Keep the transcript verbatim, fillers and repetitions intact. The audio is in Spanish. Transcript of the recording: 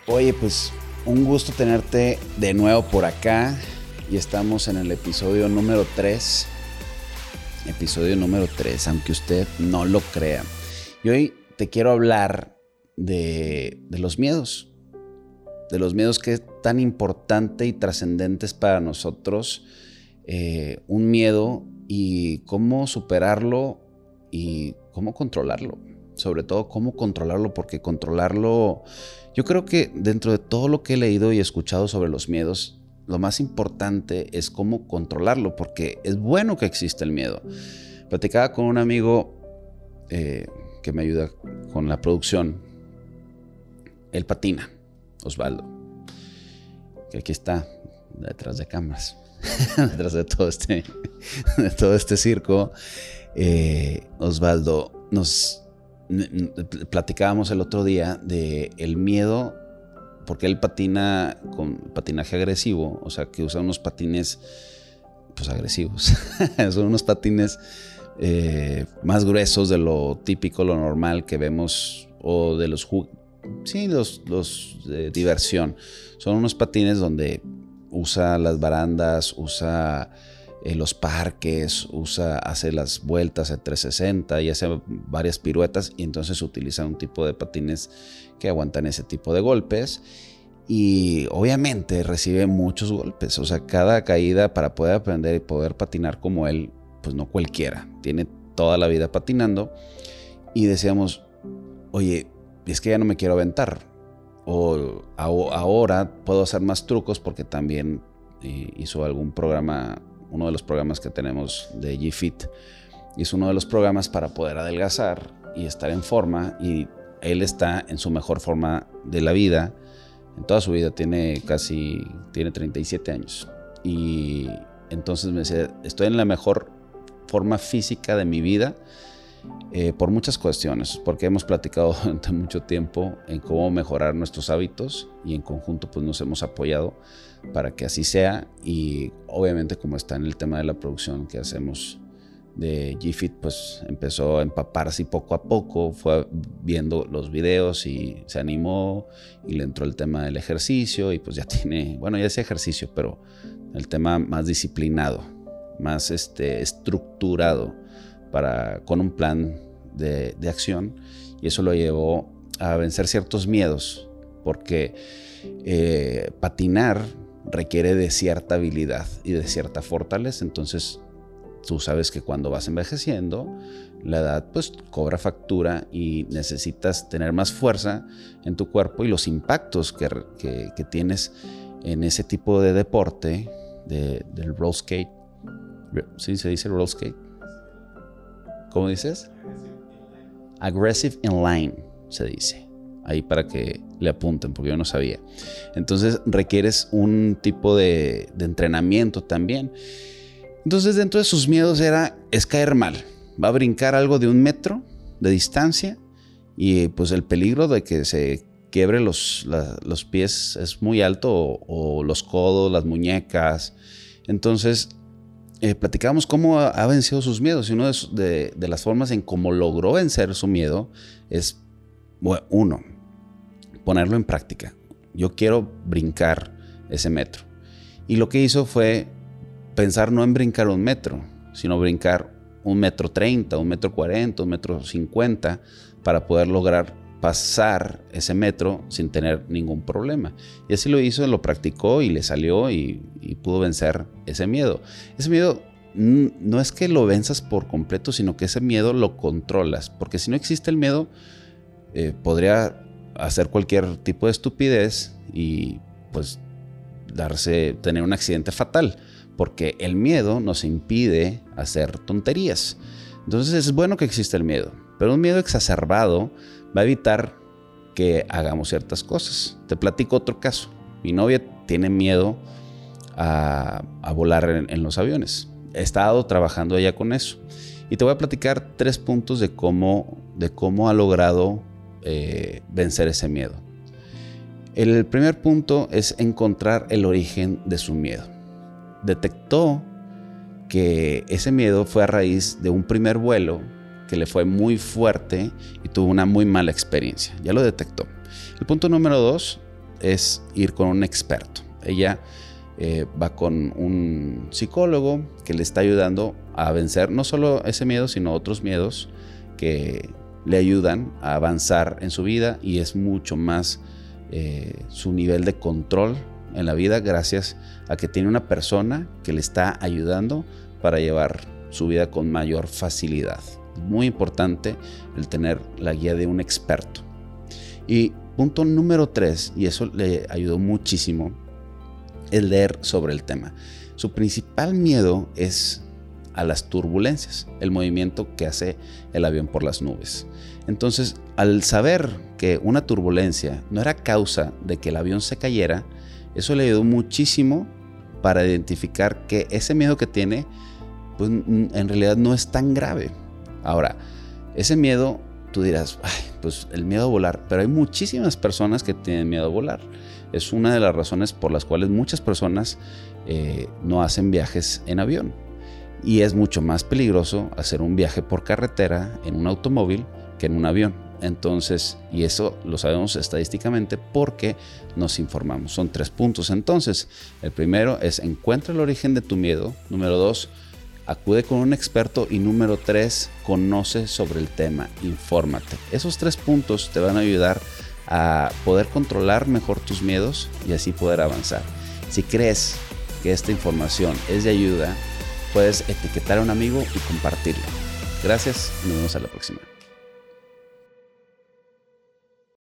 Oye, pues un gusto tenerte de nuevo por acá y estamos en el episodio número tres. Episodio número tres, aunque usted no lo crea. Y hoy te quiero hablar de, de los miedos. De los miedos que es tan importante y trascendentes para nosotros. Eh, un miedo y cómo superarlo y cómo controlarlo. Sobre todo cómo controlarlo, porque controlarlo, yo creo que dentro de todo lo que he leído y escuchado sobre los miedos, lo más importante es cómo controlarlo, porque es bueno que exista el miedo. Platicaba con un amigo eh, que me ayuda con la producción. Él patina, Osvaldo, que aquí está detrás de cámaras, detrás de todo este, de todo este circo. Eh, Osvaldo, nos platicábamos el otro día de el miedo, porque él patina con patinaje agresivo, o sea que usa unos patines pues agresivos. Son unos patines eh, más gruesos de lo típico, lo normal que vemos, o de los ju- sí, los, los de diversión. Son unos patines donde usa las barandas, usa en los parques, usa, hace las vueltas en trescientos sesenta y hace varias piruetas, y entonces utiliza un tipo de patines que aguantan ese tipo de golpes y obviamente recibe muchos golpes. O sea, cada caída, para poder aprender y poder patinar como él, pues no cualquiera, tiene toda la vida patinando. Y decíamos, oye, es que ya no me quiero aventar, o ahora puedo hacer más trucos, porque también hizo algún programa, uno de los programas que tenemos de G-Fit, es uno de los programas para poder adelgazar y estar en forma, y él está en su mejor forma de la vida, en toda su vida. Tiene casi, tiene treinta y siete años, y entonces me decía, estoy en la mejor forma física de mi vida, eh, por muchas cuestiones, porque hemos platicado durante mucho tiempo en cómo mejorar nuestros hábitos, y en conjunto pues nos hemos apoyado para que así sea. Y obviamente, como está en el tema de la producción que hacemos de G-Fit, pues empezó a empaparse, y poco a poco fue viendo los videos y se animó, y le entró el tema del ejercicio, y pues ya tiene, bueno, ya hacía ejercicio, pero el tema más disciplinado, más este, estructurado, para, con un plan de, de acción, y eso lo llevó a vencer ciertos miedos, porque eh, patinar requiere de cierta habilidad y de cierta fortaleza. Entonces tú sabes que cuando vas envejeciendo, la edad pues cobra factura, y necesitas tener más fuerza en tu cuerpo, y los impactos que, que, que tienes en ese tipo de deporte, de, del roller skate. ¿Sí se dice roller skate? ¿Cómo dices? Aggressive inline se dice. Ahí para que le apunten, porque yo no sabía. Entonces requieres un tipo de, de entrenamiento también. Entonces, dentro de sus miedos era, es caer mal. Va a brincar algo de un metro de distancia, y pues el peligro de que se quiebre los, la, los pies es muy alto, o, o los codos, las muñecas. Entonces eh, platicábamos cómo ha, ha vencido sus miedos, y una de, de, de las formas en cómo logró vencer su miedo es, bueno, uno, ponerlo en práctica. Yo quiero brincar ese metro. Y lo que hizo fue pensar no en brincar un metro, sino brincar un metro treinta, un metro cuarenta, un metro cincuenta, para poder lograr pasar ese metro sin tener ningún problema. Y así lo hizo, lo practicó y le salió, y, y pudo vencer ese miedo. Ese miedo no es que lo venzas por completo, sino que ese miedo lo controlas, porque si no existe el miedo, eh, podría hacer cualquier tipo de estupidez y pues darse, tener un accidente fatal, porque el miedo nos impide hacer tonterías. Entonces es bueno que exista el miedo, pero un miedo exacerbado va a evitar que hagamos ciertas cosas. Te platico otro caso. Mi novia tiene miedo a, a volar en, en los aviones. He estado trabajando ya con eso, y te voy a platicar tres puntos de cómo, de cómo ha logrado eh, vencer ese miedo. El primer punto es encontrar el origen de su miedo. Detectó que ese miedo fue a raíz de un primer vuelo que le fue muy fuerte y tuvo una muy mala experiencia. Ya lo detectó. El punto número dos es ir con un experto. Ella eh, va con un psicólogo que le está ayudando a vencer no solo ese miedo, sino otros miedos que le ayudan a avanzar en su vida, y es mucho más eh, su nivel de control en la vida gracias a que tiene una persona que le está ayudando para llevar su vida con mayor facilidad. Muy importante el tener la guía de un experto. Y punto número tres, y eso le ayudó muchísimo, es leer sobre el tema. Su principal miedo es a las turbulencias, el movimiento que hace el avión por las nubes. Entonces, al saber que una turbulencia no era causa de que el avión se cayera, eso le ayudó muchísimo para identificar que ese miedo que tiene, pues en realidad no es tan grave. Ahora, ese miedo, tú dirás, ay, pues el miedo a volar, pero hay muchísimas personas que tienen miedo a volar. Es una de las razones por las cuales muchas personas eh, no hacen viajes en avión. Y es mucho más peligroso hacer un viaje por carretera en un automóvil que en un avión. Entonces, y eso lo sabemos estadísticamente porque nos informamos. Son tres puntos. Entonces, el primero es encuentra el origen de tu miedo. Número dos, acude con un experto. Y número tres, conoce sobre el tema, infórmate. Esos tres puntos te van a ayudar a poder controlar mejor tus miedos y así poder avanzar. Si crees que esta información es de ayuda, puedes etiquetar a un amigo y compartirla. Gracias y nos vemos a la próxima.